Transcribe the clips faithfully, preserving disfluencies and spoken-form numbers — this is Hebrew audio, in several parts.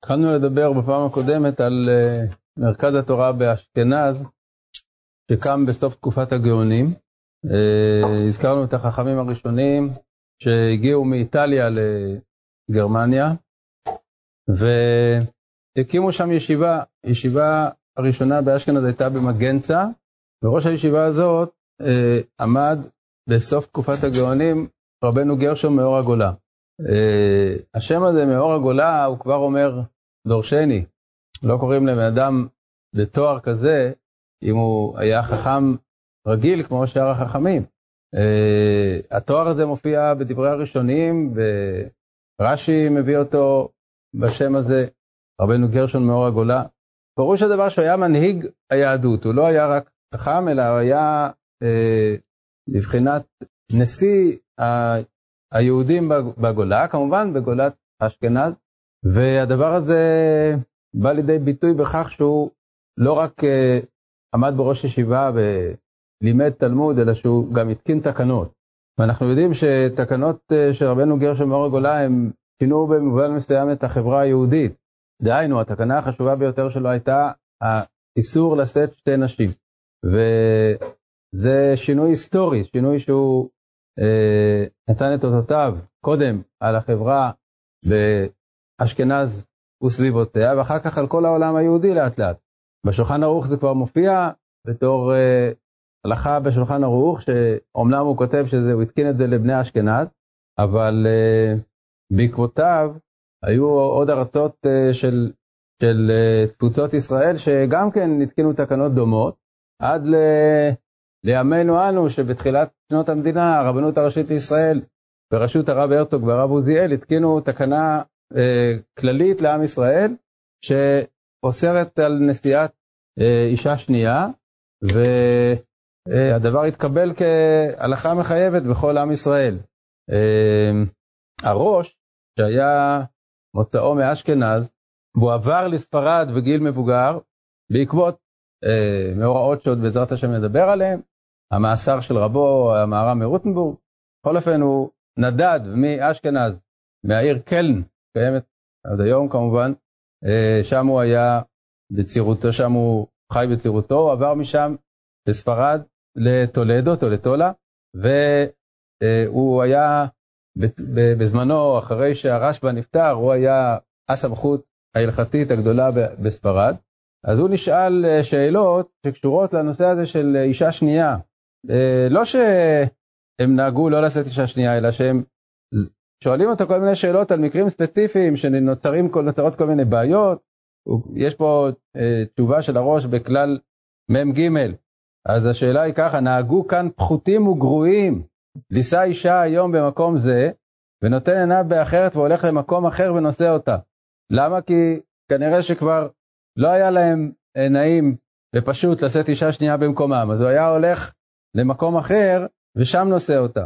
התחלנו לדבר בפעם הקודמת על uh, מרכז התורה באשכנז, שקם בסוף תקופת הגאונים. Uh, הזכרנו את החכמים הראשונים שהגיעו מאיטליה לגרמניה, והקימו שם ישיבה. ישיבה הראשונה באשכנז הייתה במגנצה, וראש הישיבה הזאת uh, עמד בסוף תקופת הגאונים רבנו גרשום מאור הגולה. Uh, השם הזה מאור הגולה הוא כבר אומר דורשני. לא קוראים לבן אדם בתואר כזה אם הוא היה חכם רגיל כמו שאר החכמים. Uh, התואר הזה מופיע בדברי הראשונים, ורש"י מביא אותו בשם הזה, רבנו גרשום מאור הגולה. פירוש הדבר שהוא היה מנהיג היהדות, הוא לא היה רק חכם אלא הוא היה uh, בבחינת נשיא ה... היהודים בגולה, כמובן בגולת אשכנז, והדבר הזה בא לידי ביטוי בכך שהוא לא רק uh, עמד בראש ישיבה ולימד תלמוד, אלא שהוא גם התקין תקנות. ואנחנו יודעים שתקנות uh, של רבנו גרשום מאור הגולה הם שינו במובן מסוים את החברה היהודית. דהיינו, התקנה החשובה ביותר שלו הייתה האיסור לשאת שתי נשים. וזה שינוי היסטורי, שינוי שהוא Uh, נתן את אותותיו קודם על החברה באשכנז וסביבותיה, ואחר כך על כל העולם היהודי לאט לאט. בשולחן ערוך זה כבר מופיע בתור uh, הלכה בשולחן ערוך, שאומנם הוא כותב שהוא התקין את זה לבני אשכנז, אבל uh, בעקבותיו היו עוד ארצות uh, של, של uh, תפוצות ישראל שגם כן התקינו תקנות דומות, עד ל... לימינו אנו שבתחילת שנות המדינה הרבנות הראשית לישראל בראשות הרב הרצוג והרב עוזיאל התקינו תקנה אה, כללית לעם ישראל שאוסרת על נשיאת אה, אישה שנייה, והדבר התקבל כהלכה מחייבת בכל עם ישראל. אה, הראש שהיה מוצאו מאשכנז והוא עבר לספרד בגיל מבוגר בעקבות אה, מאורעות שעוד בעזרת השם נדבר עליהם, המאסר של רבו, המהר"ם מרוטנבורג. בכל אופן הוא נדד מאשכנז, מהעיר קלן, קיימת עד היום כמובן, שם הוא היה בצירותו, שם הוא חי בצירותו, עבר משם לספרד לטולדו, טולטולה, והוא היה בזמנו, אחרי שהרשב"א נפטר, הוא היה הסמכות ההלכתית הגדולה בספרד. אז הוא נשאל שאלות שקשורות לנושא הזה של אישה שנייה. לא שהם נהגו לא לשאת אישה שנייה, אלא שהם שואלים אותו כל מיני שאלות על מקרים ספציפיים שנוצרות כל מיני בעיות. יש פה תשובה של הראש בכלל מם ג'. אז השאלה היא ככה: נהגו כאן פחותים וגרועים לישא אישה היום במקום זה, ונותן עיניו באחרת והולך למקום אחר ונושא אותה. למה? כי כנראה שכבר לא היה להם נעים ופשוט לשאת אישה שנייה במקומם, אז הוא היה הולך למקום אחר ושם נושא אותה.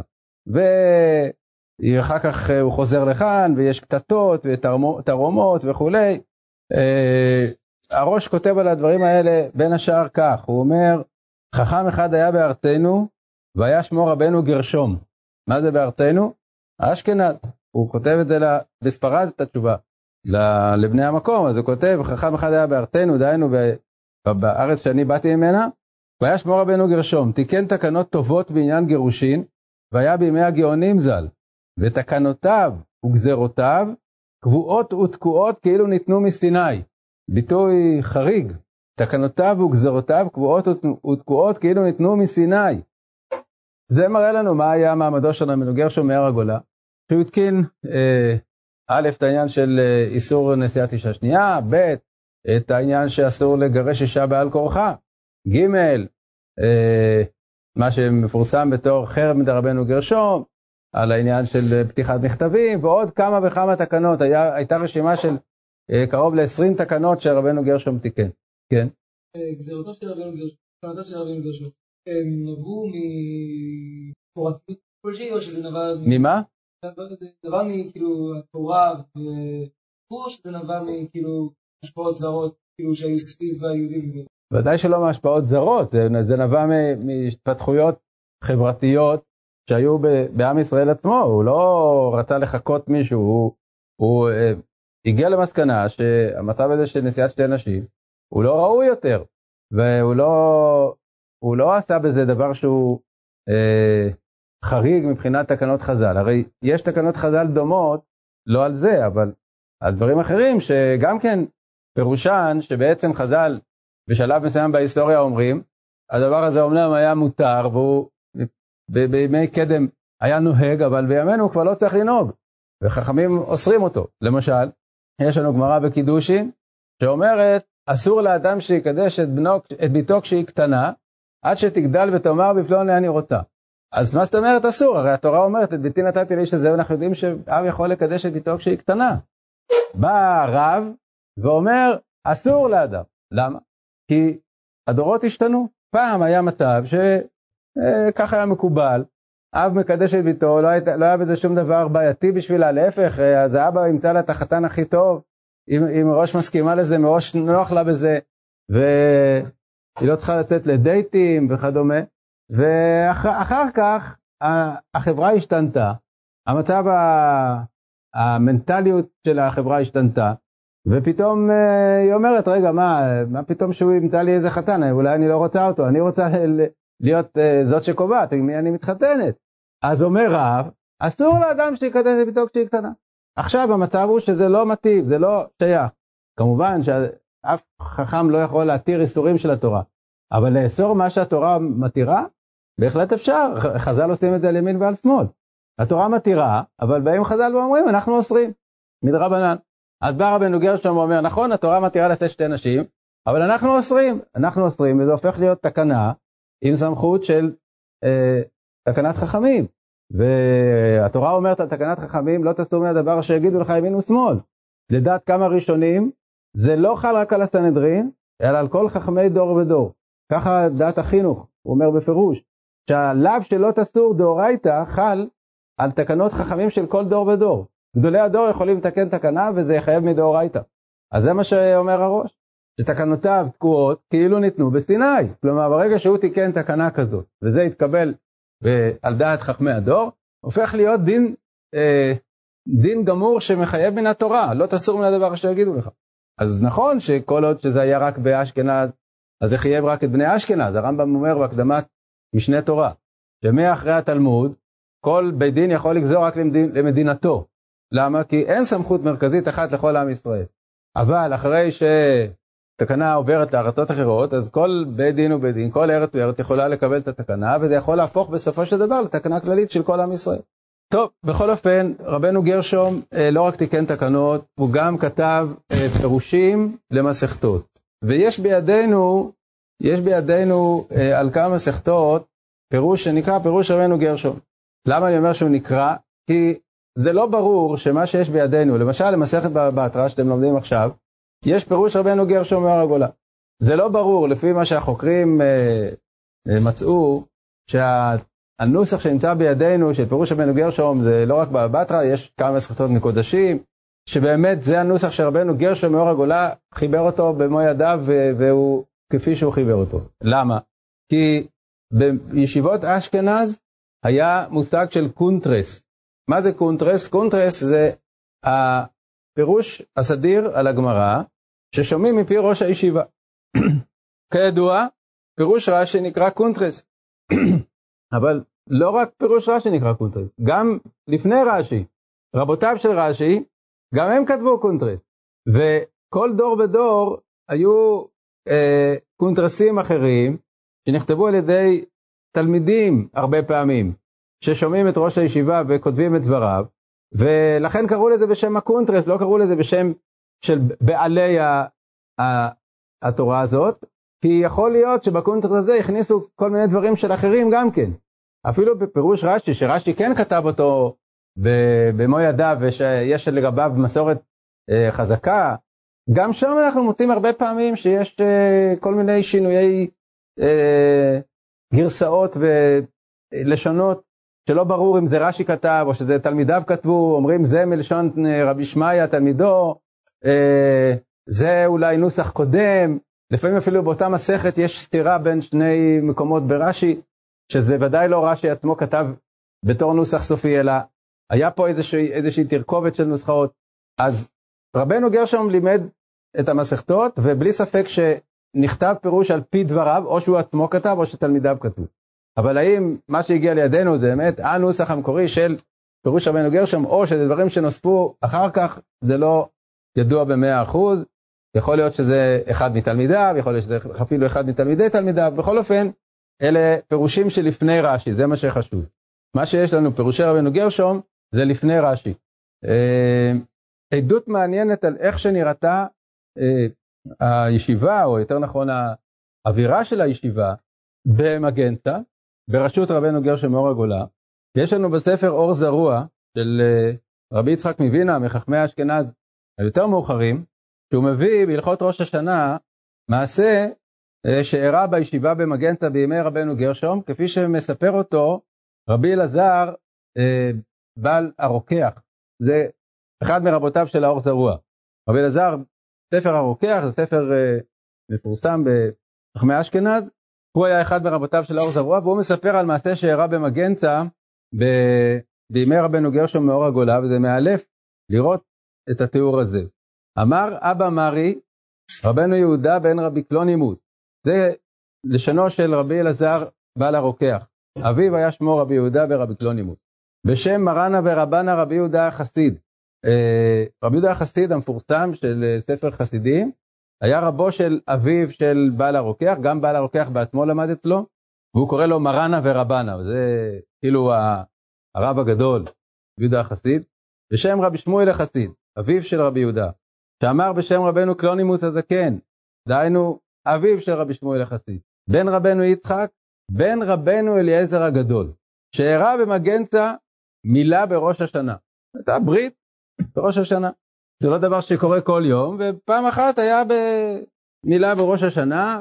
ואחר כך הוא חוזר לכאן ויש קטטות ותרומות וכו'. הראש כותב על הדברים האלה בין השאר כך, הוא אומר: חכם אחד היה בארצנו והיה שמו רבנו גרשום. מה זה בארצנו? אשכנז. הוא כותב את זה בספרד את התשובה לבני המקום, אז הוא כותב: חכם אחד היה בארצנו, דהיינו בארץ שאני באתי ממנה, והיה שמו רבנו גרשום, תיקן תקנות טובות בעניין גירושין, והיה בימי הגאונים ז"ל, ותקנותיו וגזרותיו קבועות ותקועות כאילו ניתנו מסיני. ביטוי חריג, תקנותיו וגזרותיו קבועות ותקועות כאילו ניתנו מסיני. זה מראה לנו מה היה מעמדו של רבנו גרשום מאור הגולה, שהוא התקין אה, א', את העניין של איסור נשיאת אישה שנייה, ב', את העניין שאסור לגרש אישה בעל כורחה, ג', אה, מה שמפורסם בתור חרם דרבנו גרשום, על העניין של פתיחת מכתבים, ועוד כמה וכמה תקנות. היה, הייתה רשימה של אה, קרוב ל-עשרים תקנות שרבנו גרשום תיקן. כן? גזירותיו של רבנו גרשום, תקנותיו של רבנו גרשום, הם נבעו מפורטיות כלשהי, או שזה נבע... ממה? זה נבע מכאילו התורה, ופור שזה נבע מכאילו השפעות זרות, כאילו שהיו סביב היהודים. ודאי שלא מהשפעות זרות, זה, זה נבע מהתפתחויות חברתיות שהיו בעם ישראל עצמו. הוא לא רצה לחכות מישהו, הוא, הוא הגיע למסקנה שהמצב הזה של נשיאת שתי נשים, הוא לא ראוי יותר, והוא לא, הוא לא עשה בזה דבר שהוא אה, חריג מבחינת תקנות חז"ל. הרי יש תקנות חז"ל דומות, לא על זה, אבל על דברים אחרים שגם כן פירושן שבעצם חז"ל בשלב מסוים בהיסטוריה אומרים, הדבר הזה אומנם היה מותר, והוא ב- בימי קדם היה נוהג, אבל בימינו הוא כבר לא צריך לנהוג, וחכמים אוסרים אותו. למשל, יש לנו גמרא בקידושין, שאומרת, אסור לאדם שיקדש את, בנו, את ביתו כשהיא קטנה, עד שתגדל ותאמר בפלוני אני רוצה. אז מה זאת אומרת אסור? הרי התורה אומרת, את ביתי נתתי לאיש הזה, ואנחנו יודעים שאב יכול לקדש את ביתו כשהיא קטנה. בא הרב ואומר, אסור לאדם. למה? כי הדורות השתנו. פעם היה מצב שככה היה מקובל, אב מקדש את ביתו, לא היה, לא היה בזה שום דבר בעייתי בשבילה, להפך, אז האבא ימצא לה את החתן הכי טוב, אם, אם ראש מסכימה לזה, מראש נוח לה בזה, והיא לא צריכה לצאת לדייטים וכדומה, ואחר ואח, כך החברה השתנתה, המצב המנטליות של החברה השתנתה, ופתאום היא אומרת, רגע, מה, מה פתאום שהוא ימצא לי איזה חתן, אולי אני לא רוצה אותו, אני רוצה להיות זאת שקובעת, עם מי אני מתחתנת. אז אומר רב, אסור לאדם שיקדש את ביתו כשהיא קטנה. עכשיו המצב הוא שזה לא מתאים, זה לא שייך. כמובן שאף חכם לא יכול להתיר איסורים של התורה, אבל לאסור מה שהתורה מתירה, בהחלט אפשר. חז"ל עושים את זה על ימין ועל שמאל. התורה מתירה, אבל באים חז"ל ואומרים, אנחנו אוסרים, מדרבנן. אז בא רבנו גרשום ואומר, נכון, התורה מתירה לשאת שתי נשים, אבל אנחנו אוסרים, אנחנו אוסרים, וזה הופך להיות תקנה עם סמכות של אה, תקנת חכמים. והתורה אומרת על תקנת חכמים, לא תסור מהדבר שיגידו לך ימין ושמאל. לדעת כמה ראשונים, זה לא חל רק על הסנהדרין, אלא על כל חכמי דור ודור. ככה דעת החינוך, הוא אומר בפירוש, שהלאו שלא תסור דאורייתא חל על תקנות חכמים של כל דור ודור. גדולי הדור יכולים לתקן תקנה וזה יחייב מדאורייתא. אז זה מה שאומר הראש, שתקנותיו תקועות כאילו ניתנו בסיני. כלומר, ברגע שהוא תיקן תקנה כזאת, וזה יתקבל על דעת חכמי הדור, הופך להיות דין, אה, דין גמור שמחייב מן התורה, לא תסור מן הדבר שיגידו לך. אז נכון שכל עוד שזה היה רק באשכנז, אז זה חייב רק את בני אשכנז. הרמב"ם אומר בהקדמת משנה תורה, שמאחרי התלמוד, כל בית דין יכול לגזור רק למדין, למדינתו. למה? כי אין סמכות מרכזית אחת לכל עם ישראל. אבל אחרי שתקנה עוברת לארצות אחרות, אז כל בית דין ובית דין, כל ארץ וארץ יכולה לקבל את התקנה, וזה יכול להפוך בסופו של דבר לתקנה כללית של כל עם ישראל. טוב, בכל אופן, רבנו גרשום לא רק תיקן תקנות, הוא גם כתב פירושים למסכתות. ויש בידינו, יש בידינו על כמה מסכתות, פירוש שנקרא פירוש רבנו גרשום. למה אני אומר שהוא נקרא? כי זה לא ברור שמה שיש בידינו, למשל למסכת בתרא שאתם לומדים עכשיו, יש פירוש רבנו גרשום מאור הגולה. זה לא ברור, לפי מה שהחוקרים אה, אה, מצאו, שהנוסח שנמצא בידינו של פירוש רבנו גרשום, זה לא רק בתרא, יש כמה מסכתות מקודשים, שבאמת זה הנוסח שרבנו גרשום מאור הגולה חיבר אותו במו ידיו, והוא כפי שהוא חיבר אותו. למה? כי בישיבות אשכנז היה מושג של קונטרס. מה זה קונטרס? קונטרס זה הפירוש הסדיר על הגמרא, ששומעים מפי ראש הישיבה. כידוע, פירוש רש"י נקרא קונטרס. אבל לא רק פירוש רש"י נקרא קונטרס, גם לפני רש"י, רבותיו של רש"י, גם הם כתבו קונטרס. וכל דור ודור היו אה, קונטרסים אחרים, שנכתבו על ידי תלמידים הרבה פעמים, ששומעים את ראש הישיבה וכותבים את דבריו, ולכן קראו לזה בשם הקונטרס, לא קראו לזה בשם של בעלי ה, ה, התורה הזאת, כי יכול להיות שבקונטרס הזה הכניסו כל מיני דברים של אחרים גם כן. אפילו בפירוש רש"י, שרש"י כן כתב אותו במו ידיו, ושיש לגביו מסורת אה, חזקה, גם שם אנחנו מוצאים הרבה פעמים שיש אה, כל מיני שינויי אה, גרסאות ולשונות, שלא ברור אם זה רש"י כתב או שזה תלמידיו כתבו, אומרים זה מלשון רבי שמעיה תלמידו, אה, זה אולי נוסח קודם, לפעמים אפילו באותה מסכת יש סתירה בין שני מקומות ברש"י, שזה ודאי לא רש"י עצמו כתב בתור נוסח סופי, אלא היה פה איזושהי, איזושהי תרכובת של נוסחאות. אז רבנו גרשום לימד את המסכתות, ובלי ספק שנכתב פירוש על פי דבריו, או שהוא עצמו כתב, או שתלמידיו כתוב. אבל האם מה שהגיע לידינו זה באמת הנוסח המקורי של פירוש רבנו גרשום, או שזה דברים שנוספו אחר כך, זה לא ידוע במאה אחוז. יכול להיות שזה אחד מתלמידיו, יכול להיות שזה אפילו אחד מתלמידי תלמידיו. בכל אופן, אלה פירושים שלפני רש"י, זה מה שחשוב. מה שיש לנו פירושי רבנו גרשום, זה לפני רש"י. אה, עדות מעניינת על איך שנראתה אה, הישיבה, או יותר נכון האווירה של הישיבה, במגנצה, בראשות רבנו גרשום מאור הגולה. יש לנו בספר אור זרוע, של אה, רבי יצחק מווינה, מחכמי אשכנז, היותר מאוחרים, שהוא מביא בהלכות ראש השנה, מעשה אה, שאירע בישיבה במגנצה בימי רבנו גרשום, כפי שמספר אותו רבי אלעזר, אה, בעל הרוקח. זה אחד מרבותיו של האור זרוע. רבי אלעזר, ספר הרוקח, זה ספר אה, מפורסם בחכמי אשכנז, הוא היה אחד מרבותיו של האור זרוע, והוא מספר על מעשה שאירע במגנצה ב... בימי רבנו גרשום מאור הגולה, וזה מאלף לראות את התיאור הזה. אמר אבא מרי, רבנו יהודה בן רבי קלונימוס, זה לשונו של רבי אלעזר בעל הרוקח. אביו היה שמו רבי יהודה ברבי קלונימוס. בשם מרנה ורבנה רבי יהודה החסיד. רבי יהודה החסיד המפורסם של ספר חסידים, היה רבו של אביו של בעל הרוקח, גם בעל הרוקח בעצמו למד אצלו, והוא קורא לו מרנה ורבנה, זה כאילו הרב הגדול, רבי יהודה החסיד. בשם רבי שמואל החסיד, אביו של רבי יהודה, שאמר בשם רבנו קלונימוס הזקן, דהיינו אביו של רבי שמואל החסיד, בן רבנו יצחק, בן רבנו אליעזר הגדול, שאירע במגנצה מילה בראש השנה. הייתה ברית בראש השנה. זה לא דבר שקורה כל יום, ופעם אחת היה במילה בראש השנה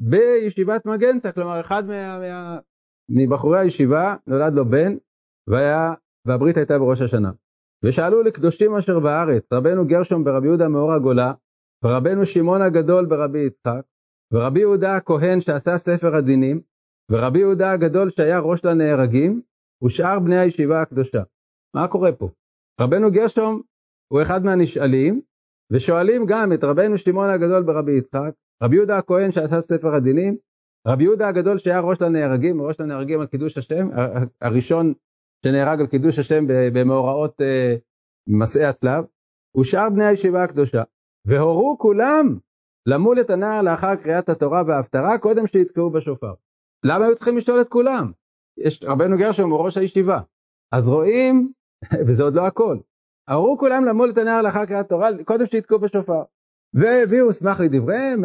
בישיבת מגנצה, כלומר אחד מה, מה, מבחורי הישיבה נולד לו בן, והיה, והברית הייתה בראש השנה. ושאלו לקדושים אשר בארץ, רבנו גרשום ברבי יהודה מאור הגולה, ורבנו שמעון הגדול ברבי יצחק, ורבי יהודה הכהן שעשה ספר הדינים, ורבי יהודה הגדול שהיה ראש לנהרגים, ושאר בני הישיבה הקדושה. מה קורה פה? רבנו גרשום הוא אחד מהנשאלים, ושואלים גם את רבנו שמעון הגדול ברבי יצחק, רבי יהודה הכהן שעשה ספר הדינים, רבי יהודה הגדול שהיה ראש לנהרגים, ראש לנהרגים על קידוש השם, הראשון שנהרג על קידוש השם במאורעות אה, מסעי הצלב, ושאר בני הישיבה הקדושה, והורו כולם למול את הנער לאחר קריאת התורה וההפטרה, קודם שיתקעו בשופר. למה היו צריכים לשאול את כולם? יש רבנו גרשום הוא ראש הישיבה, אז רואים, וזה עוד לא הכל, הורו כולם למול את הנער לאחר קריאת התורה, קודם שיתקעו בשופר, והביאו סמך לדבריהם,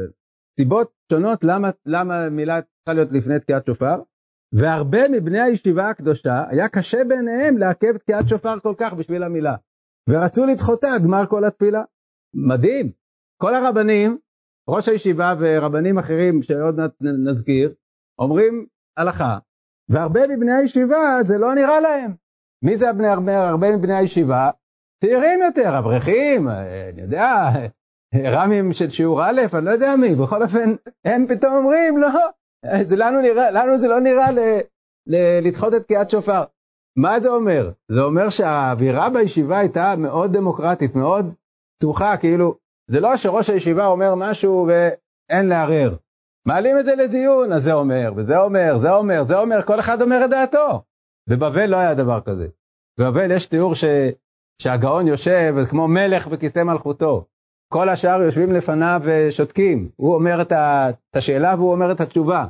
סיבות שונות למה, למה מילה צריכה להיות לפני תקיעת שופר, והרבה מבני הישיבה הקדושה היה קשה ביניהם לעכב תקיעת שופר כל כך בשביל המילה, ורצו לדחותה גמר כל התפילה. מדהים. כל הרבנים, ראש הישיבה ורבנים אחרים שעוד נזכיר, אומרים הלכה, והרבה מבני הישיבה זה לא נראה להם. מי זה הבני, הרבה, הרבה מבני הישיבה? צעירים יותר, אברכים, אני יודע, רמים של שיעור א', אני לא יודע מי, בכל אופן הם פתאום אומרים לא, זה לנו, נראה, לנו זה לא נראה ל, ל, לדחות את תקיעת שופר. מה זה אומר? זה אומר שהאווירה בישיבה הייתה מאוד דמוקרטית, מאוד פתוחה, כאילו, זה לא שראש הישיבה אומר משהו ואין לערער. מעלים את זה לדיון, אז זה אומר, וזה אומר, זה אומר, זה אומר, כל אחד אומר את דעתו. בבבל לא היה דבר כזה. בבבל יש תיאור ש, שהגאון יושב כמו מלך בכיסא מלכותו. כל השאר יושבים לפניו ושותקים. הוא אומר את, ה, את השאלה והוא אומר את התשובה.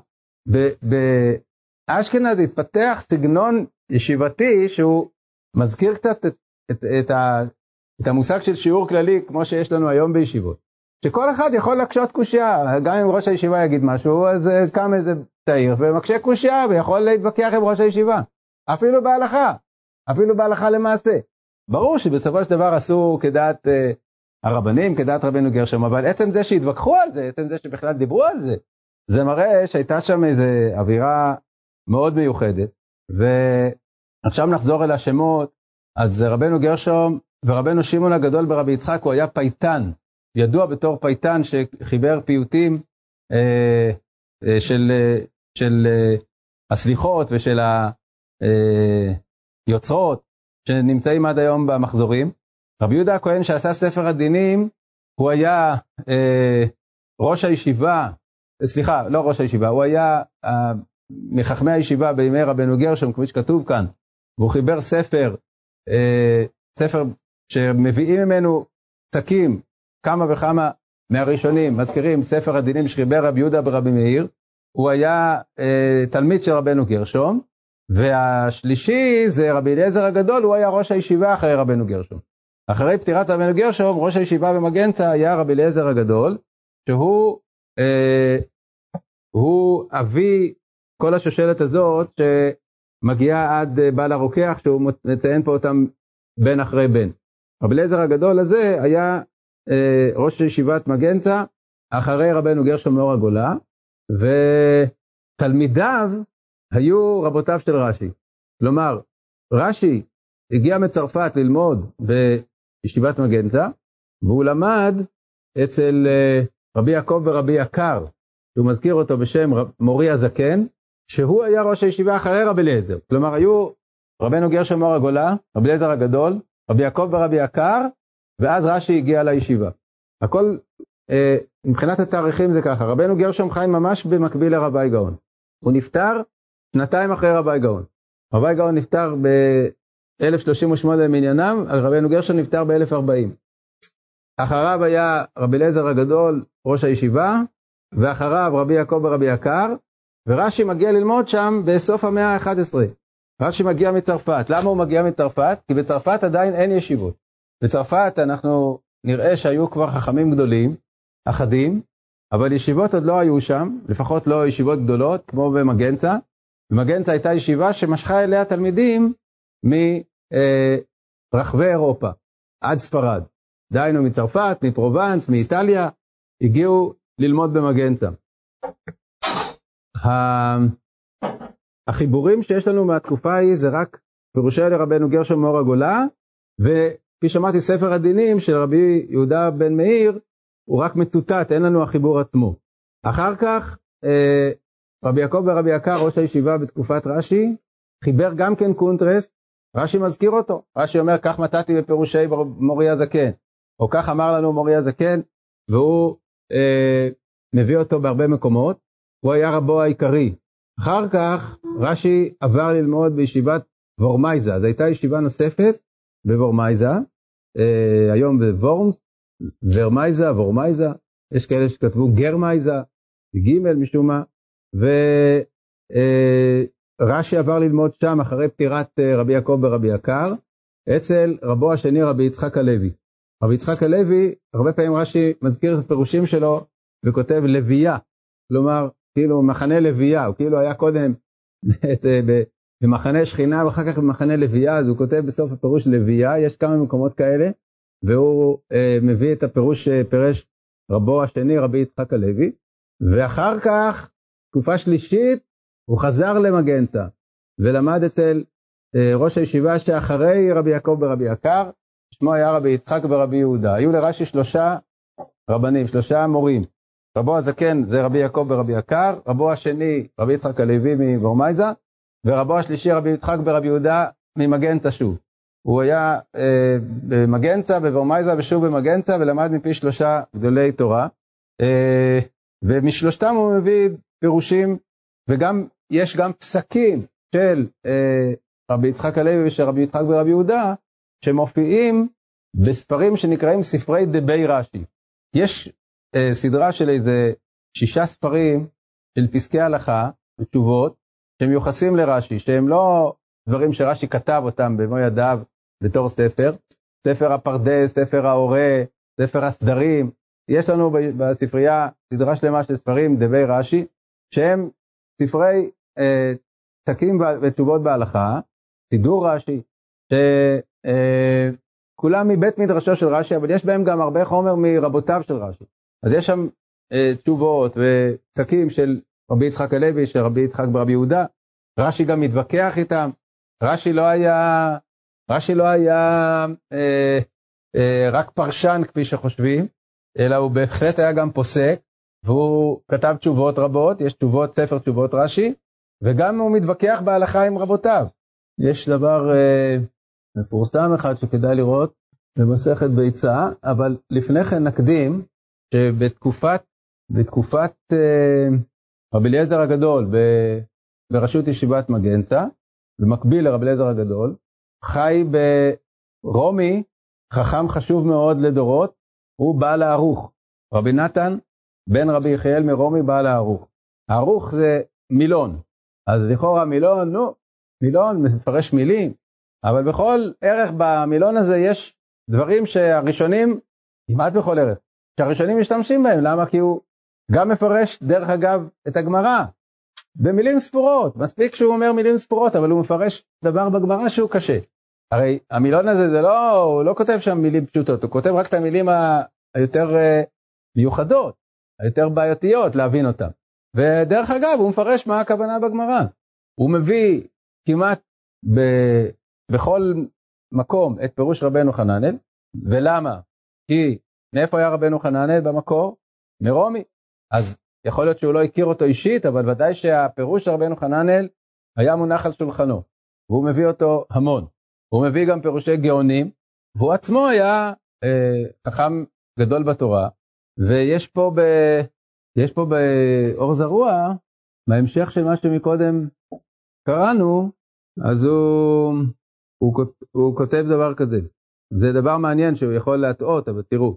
באשכנז התפתח סגנון ישיבתי שהוא מזכיר קצת את, את, את, ה, את המושג של שיעור כללי כמו שיש לנו היום בישיבות. שכל אחד יכול לקשות קושיה, גם אם ראש הישיבה יגיד משהו, אז קם איזה צעיר ומקשה קושיה ויכול להתווכח עם ראש הישיבה. אפילו בהלכה, אפילו בהלכה למעשה. ברור שבסופו של דבר עשו כדעת אה, הרבנים, כדעת רבנו גרשום, אבל עצם זה שהתווכחו על זה, עצם זה שבכלל דיברו על זה, זה מראה שהייתה שם איזו אווירה מאוד מיוחדת. ועכשיו נחזור אל השמות. אז רבנו גרשום ורבנו שמעון הגדול ברבי יצחק, הוא היה פייטן, ידוע בתור פייטן שחיבר פיוטים אה, אה, של, אה, של אה, הסליחות ושל היוצרות שנמצאים עד היום במחזורים. רבי יהודה הכהן שעשה ספר הדינים, הוא היה אה, ראש הישיבה, סליחה, לא ראש הישיבה, הוא היה אה, מחכמי הישיבה בימי רבנו גרשום, כפי שכתוב כאן, והוא חיבר ספר, אה, ספר שמביאים ממנו פסקים, כמה וכמה מהראשונים, מזכירים ספר הדינים שחיבר רבי יהודה ברבי מאיר, הוא היה אה, תלמיד של רבנו גרשום, והשלישי זה רבי אליעזר הגדול, הוא היה ראש הישיבה אחרי רבנו גרשום. אחרי פטירת רבנו גרשום, ראש הישיבה במגנצה היה רבי אליעזר הגדול, שהוא אה, הוא אבי כל השושלת הזאת שמגיעה עד בעל הרוקח, שהוא מציין פה אותם בן אחרי בן. רבי אליעזר הגדול הזה היה אה, ראש ישיבת מגנצה אחרי רבנו גרשום מאור הגולה, ותלמידיו היו רבותיו של רש"י. כלומר, רש"י הגיע מצרפת ללמוד בישיבת מגנצה, והוא למד אצל אה, רבי יעקב ורבי יקר, שהוא מזכיר אותו בשם מורי הזקן, שהוא היה ראש הישיבה אחרי רבי אליעזר. כלומר, היו רבנו גרשום מאור הגולה, רבי אליעזר הגדול, רבי יעקב ורבי יקר, ואז רש"י הגיע לישיבה. הכל, אה, מבחינת התאריכים זה ככה, רבנו גרשום חי ממש במקביל לרבי גאון. הוא נפטר שנתיים אחרי רבי גאון. רבי גאון נפטר ב-אלף שלושים ושמונה למניינם, רבנו גרשום נפטר ב-אלף וארבעים. אחריו היה רבי אליעזר הגדול, ראש הישיבה, ואחריו רבי יעקב ורבי יקר, ורש"י מגיע ללמוד שם בסוף המאה ה-אחת עשרה. רש"י מגיע מצרפת. למה הוא מגיע מצרפת? כי בצרפת עדיין אין ישיבות. בצרפת אנחנו נראה שהיו כבר חכמים גדולים, אחדים, אבל ישיבות עוד לא היו שם, לפחות לא ישיבות גדולות, כמו במגנצה. במגנצה הייתה ישיבה שמשכה אליה תלמידים מרחבי אירופה, עד ספרד. דהיינו מצרפת, מפרובנס, מאיטליה, הגיעו ללמוד במגנצה. החיבורים שיש לנו מהתקופה היא זה רק פירושי לרבנו גרשום מאור הגולה, וכפי שמעתי ספר הדינים של רבי יהודה בן מאיר, הוא רק מצוטט, אין לנו החיבור עצמו. אחר כך רבי יעקב ורבי יקר, ראש הישיבה בתקופת רש"י, חיבר גם כן קונטרס, רש"י מזכיר אותו, רש"י אומר כך מצאתי בפירושי מורי הזקן, או כך אמר לנו מורי הזקן, והוא אה, מביא אותו בהרבה מקומות, הוא היה רבו העיקרי. אחר כך רש"י עבר ללמוד בישיבת וורמייזה, זו הייתה ישיבה נוספת בוורמייזה, אה, היום בוורמס, ורמייזה, וורמייזה, יש כאלה שכתבו גרמייזה, ג' משום מה, ורש"י עבר ללמוד שם אחרי פטירת רבי יעקב ורבי יקר, אצל רבו השני רבי יצחק הלוי. רבי יצחק הלוי, הרבה פעמים רש"י מזכיר את הפירושים שלו, וכותב לוויה, כלומר, כאילו מחנה לוויה, הוא כאילו היה קודם את, במחנה שכינה, ואחר כך במחנה לוויה, אז הוא כותב בסוף הפירוש לוויה, יש כמה מקומות כאלה, והוא אה, מביא את הפירוש שפרש רבו השני, רבי יצחק הלוי, ואחר כך, תקופה שלישית, הוא חזר למגנצה, ולמד אצל אה, ראש הישיבה שאחרי רבי יעקב ורבי יקר, שמו היה רבי יצחק ורבי יהודה. היו לרש"י שלושה רבנים, שלושה מורים. רבו הזקן זה רבי יעקב ורבי יקר, רבו השני רבי יצחק הלוי מוורמייזה, ורבו השלישי רבי יצחק ורבי יהודה ממגנצה שוב. הוא היה אה, במגנצה, בוורמייזה ושוב במגנצה, ולמד מפי שלושה גדולי תורה. אה, ומשלושתם הוא מביא פירושים, וגם יש גם פסקים של אה, רבי יצחק הלוי ושל רבי יצחק ורבי יהודה, שמופיעים בספרים שנקראים ספרי דבי רש"י. יש אה, סדרה של איזה שישה ספרים של פסקי הלכה ותשובות, שמיוחסים לרש"י, שהם לא דברים שרש"י כתב אותם במו ידיו בתור ספר, ספר הפרדס, ספר ההורה, ספר הסדרים. יש לנו בספרייה סדרה שלמה של ספרים דבי רש"י, שהם ספרי אה, פסקים ותשובות בהלכה, סידור רש"י, שכולם אה, מבית מדרשו של רש"י, אבל יש בהם גם הרבה חומר מרבותיו של רש"י. אז יש שם אה, תשובות ופסקים של רבי יצחק הלוי, של רבי יצחק ברבי יהודה. רש"י גם מתווכח איתם. רש"י לא היה, רש"י לא היה אה, אה, רק פרשן כפי שחושבים, אלא הוא בהחלט היה גם פוסק, והוא כתב תשובות רבות, יש תשובות, ספר תשובות רש"י, וגם הוא מתווכח בהלכה עם רבותיו. יש דבר אה, מפורסם אחד שכדאי לראות, במסכת ביצה, אבל לפני כן נקדים שבתקופת בתקופת אה, רבי אליעזר הגדול ב, בראשות ישיבת מגנצה, במקביל לרבי אליעזר הגדול, חי ברומי, חכם חשוב מאוד לדורות, הוא בעל הערוך. רבי נתן בן רבי יחיאל מרומי בעל הערוך. הערוך זה מילון, אז לכאורה מילון, נו, מילון מפרש מילים, אבל בכל ערך במילון הזה יש דברים שהראשונים, כמעט בכל ערך, שהראשונים משתמשים בהם. למה? כי הוא גם מפרש דרך אגב את הגמרא במילים ספורות. מספיק שהוא אומר מילים ספורות, אבל הוא מפרש דבר בגמרא שהוא קשה. הרי המילון הזה זה לא, הוא לא כותב שם מילים פשוטות, הוא כותב רק את המילים היותר מיוחדות, היותר בעייתיות להבין אותם. ודרך אגב הוא מפרש מה הכוונה בגמרא. הוא מביא כמעט ב, בכל מקום את פירוש רבנו חננאל. ולמה? כי מאיפה היה רבנו חננאל במקור? מרומי. אז יכול להיות שהוא לא הכיר אותו אישית, אבל ודאי שהפירוש של רבנו חננאל היה מונח על שולחנו, והוא מביא אותו המון. הוא מביא גם פירושי גאונים, והוא עצמו היה אה, חכם גדול בתורה. ויש פה ב, יש פה באור זרוע, בהמשך של מה שמקודם קראנו, אז הוא, הוא, הוא כותב דבר כזה. זה דבר מעניין שהוא יכול להטעות, אבל תראו.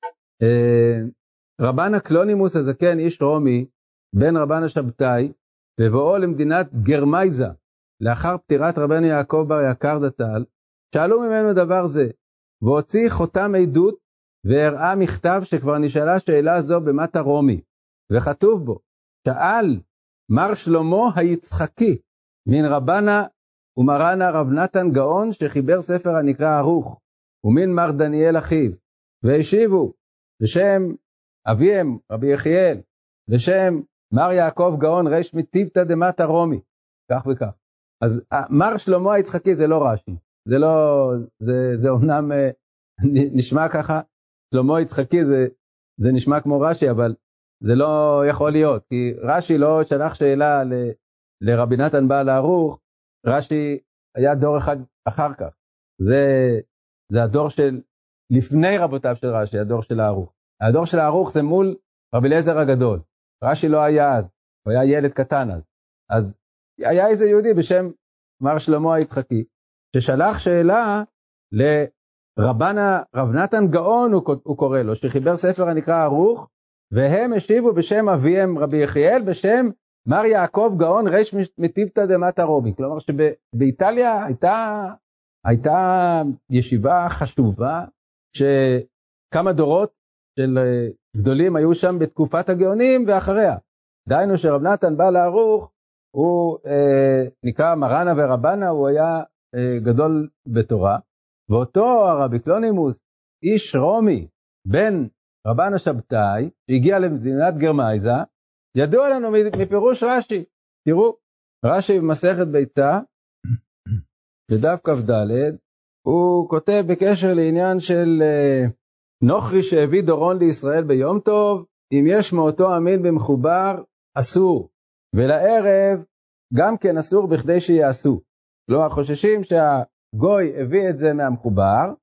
אה, רבן הקלונימוס הזקן, איש רומי, בן רבן השבתאי, בבואו למדינת גרמייזה, לאחר פטירת רבנו יעקב בר יקר דצ"ל, שאלו ממנו דבר זה, והוציא חותם עדות, והראה מכתב שכבר נשאלה שאלה זו במטה רומי, וכתוב בו, שאל מר שלמה היצחקי, מן רבנה ומרנה רב נתן גאון, שחיבר ספר הנקרא ערוך, ומן מר דניאל אחיו, והשיבו, בשם אביהם רבי יחיאל, בשם מר יעקב גאון ריש מטיבתא דמטה רומי, כך וכך. אז מר שלמה היצחקי זה לא רש"י, זה לא, זה, זה אומנם נשמע ככה, שלמה יצחקי זה, זה נשמע כמו רש"י, אבל זה לא יכול להיות, כי רש"י לא שלח שאלה ל, לרבי נתן בעל הערוך, רש"י היה דור אחד אחר כך, זה, זה הדור של, לפני רבותיו של רש"י, הדור של הערוך. הדור של הערוך זה מול רבי אליעזר הגדול, רש"י לא היה אז, הוא היה ילד קטן אז, אז היה איזה יהודי בשם מר שלמה היצחקי, ששלח שאלה לרבנה, רב נתן גאון הוא, הוא קורא לו, שחיבר ספר הנקרא ערוך, והם השיבו בשם אביהם רבי יחיאל, בשם מר יעקב גאון ריש מטיבתא דמטה רומי. כלומר שבאיטליה הייתה, הייתה ישיבה חשובה, שכמה דורות של גדולים היו שם בתקופת הגאונים ואחריה. דהיינו שרב נתן בעל הערוך, הוא אה, נקרא מרנה ורבנה, הוא היה אה, גדול בתורה, ואותו הרבי קלונימוס, איש רומי, בן רבן השבתאי, שהגיע למדינת גרמייזה, ידוע לנו מפירוש רש"י. תראו, רש"י במסכת ביצה, בדף כ"ד, הוא כותב בקשר לעניין של אה, נוכרי שהביא דורון לישראל ביום טוב, אם יש מאותו אמין במחובר, אסור. ולערב גם כן אסור בכדי שיעשו. כלומר, חוששים שהגוי הביא את זה מהמחובר,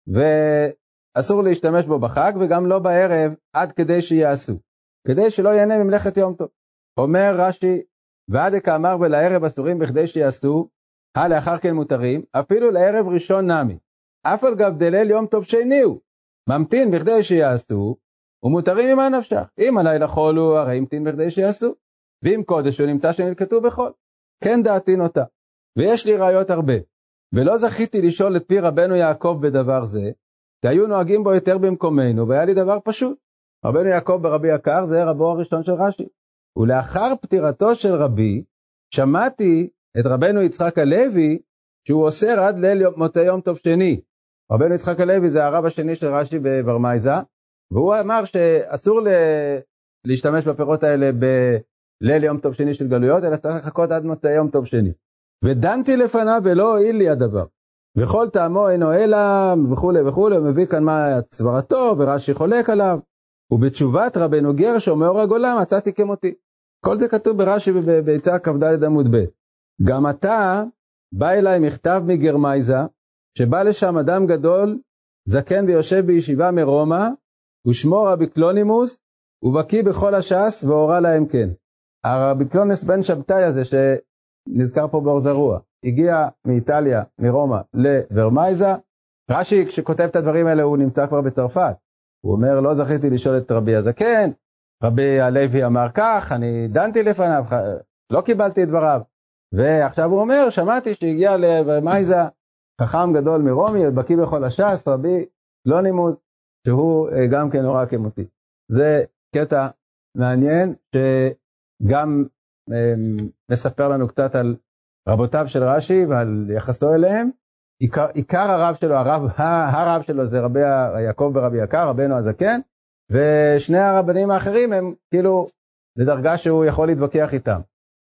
ואסור להשתמש בו בחג, וגם לא בערב עד כדי שיעשו. כדי שלא ייהנה ממלאכת יום טוב. אומר רש"י, ועד כאמר ולערב אסורים בכדי שיעשו, לאחר כן מותרים, אפילו לערב ראשון נמי. אף על גב דליל יום טוב שני הוא. ממתין בכדי שיעשו, ומותרים ממה נפשך. אם הלילה חול הוא, הרי המתין בכדי שיעשו. ואם קודש הוא נמצא שנלקטו בחול. כן דעתי נוטה. ויש לי ראיות הרבה. ולא זכיתי לשאול את פי רבנו יעקב בדבר זה, כי היו נוהגים בו יותר במקומנו, והיה לי דבר פשוט. רבנו יעקב ברבי יקר, זה רבו הראשון של רש"י. ולאחר פטירתו של רבי, שמעתי את רבנו יצחק הלוי, שהוא אוסר עד ליל מוצא יום טוב שני. רבנו יצחק הלוי זה הרב השני של רש"י בברמייזה, והוא אמר שאסור ל... להשתמש בפירות האלה בליל יום טוב שני של גלויות, אלא צריך לחכות עד מוצא יום טוב שני. ודנתי לפניו ולא הועיל לי הדבר. וכל טעמו אינו אלא וכו' וכו', מביא כאן מה סברתו, ורש"י חולק עליו. ובתשובת רבנו גרשום מאור הגולה מצאתי כמותי. כל זה כתוב ברש"י בביצה כ"ד עמוד ב'. גם אתה בא אליי מכתב מגרמייזה, שבא לשם אדם גדול זקן ויושב בישיבה מרומא, ושמו רבי קלונימוס, ובקיא בכל הש"ס והורה להם כן. הרבי קלונס בן שבתאי הזה שנזכר פה באור זרוע, הגיע מאיטליה, מרומא לוורמייזה. רש"י כשכותב את הדברים האלה הוא נמצא כבר בצרפת. הוא אומר לא זכיתי לשאול את רבי הזקן, רבי הלוי אמר כך, אני דנתי לפניו, לא קיבלתי את דבריו. ועכשיו הוא אומר, שמעתי שהגיע לוורמייזה חכם גדול מרומי, בקיא בכל הש"ס, רבי קלונימוס, שהוא גם כן הורה כמותי. זה קטע מעניין שגם מספר לנו קצת על רבותיו של רש"י ועל יחסו אליהם. עיקר, עיקר הרב שלו, הרב, הרב שלו זה רבי יעקב ברבי יקר, רבנו הזקן, ושני הרבנים האחרים הם כאילו לדרגה שהוא יכול להתווכח איתם.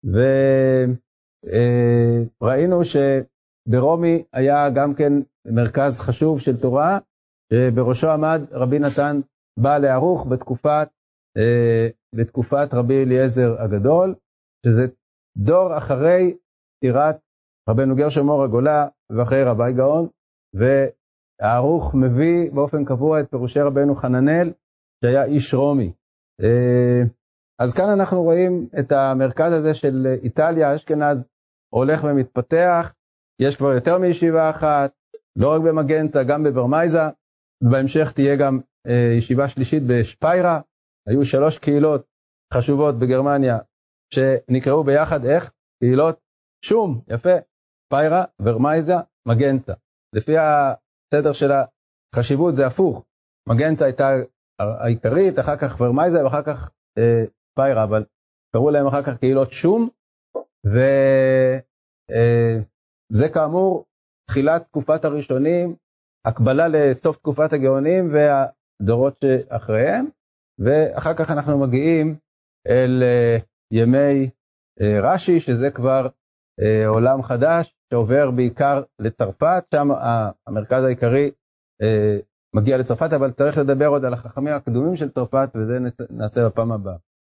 וראינו שברומי היה גם כן מרכז חשוב של תורה, שבראשו עמד רבי נתן בעל הערוך בתקופת, בתקופת רבי אליעזר הגדול, שזה דור אחרי פטירת רבנו גרשום מאור הגולה ואחרי רבי גאון, והערוך מביא באופן קבוע את פירושי רבנו חננאל, שהיה איש רומי. אז כאן אנחנו רואים את המרכז הזה של איטליה, אשכנז הולך ומתפתח, יש כבר יותר מישיבה אחת, לא רק במגנצה, גם בוורמייזה, בהמשך תהיה גם ישיבה שלישית בשפיירה, היו שלוש קהילות חשובות בגרמניה, שנקראו ביחד איך? קהילות שום, יפה, שפיירה, וורמייזה, מגנצה. לפי הסדר של החשיבות זה הפוך, מגנצה הייתה העיקרית, אחר כך וורמייזה ואחר כך אה, שפיירה, אבל קראו להם אחר כך קהילות שום, וזה אה, כאמור תחילת תקופת הראשונים, הקבלה לסוף תקופת הגאונים והדורות שאחריהם, ואחר כך אנחנו מגיעים אל אה, ימי אה, רש"י, שזה כבר אה, עולם חדש, שעובר בעיקר לצרפת, שם המרכז העיקרי אה, מגיע לצרפת, אבל צריך לדבר עוד על החכמים הקדומים של צרפת, וזה נעשה בפעם הבאה.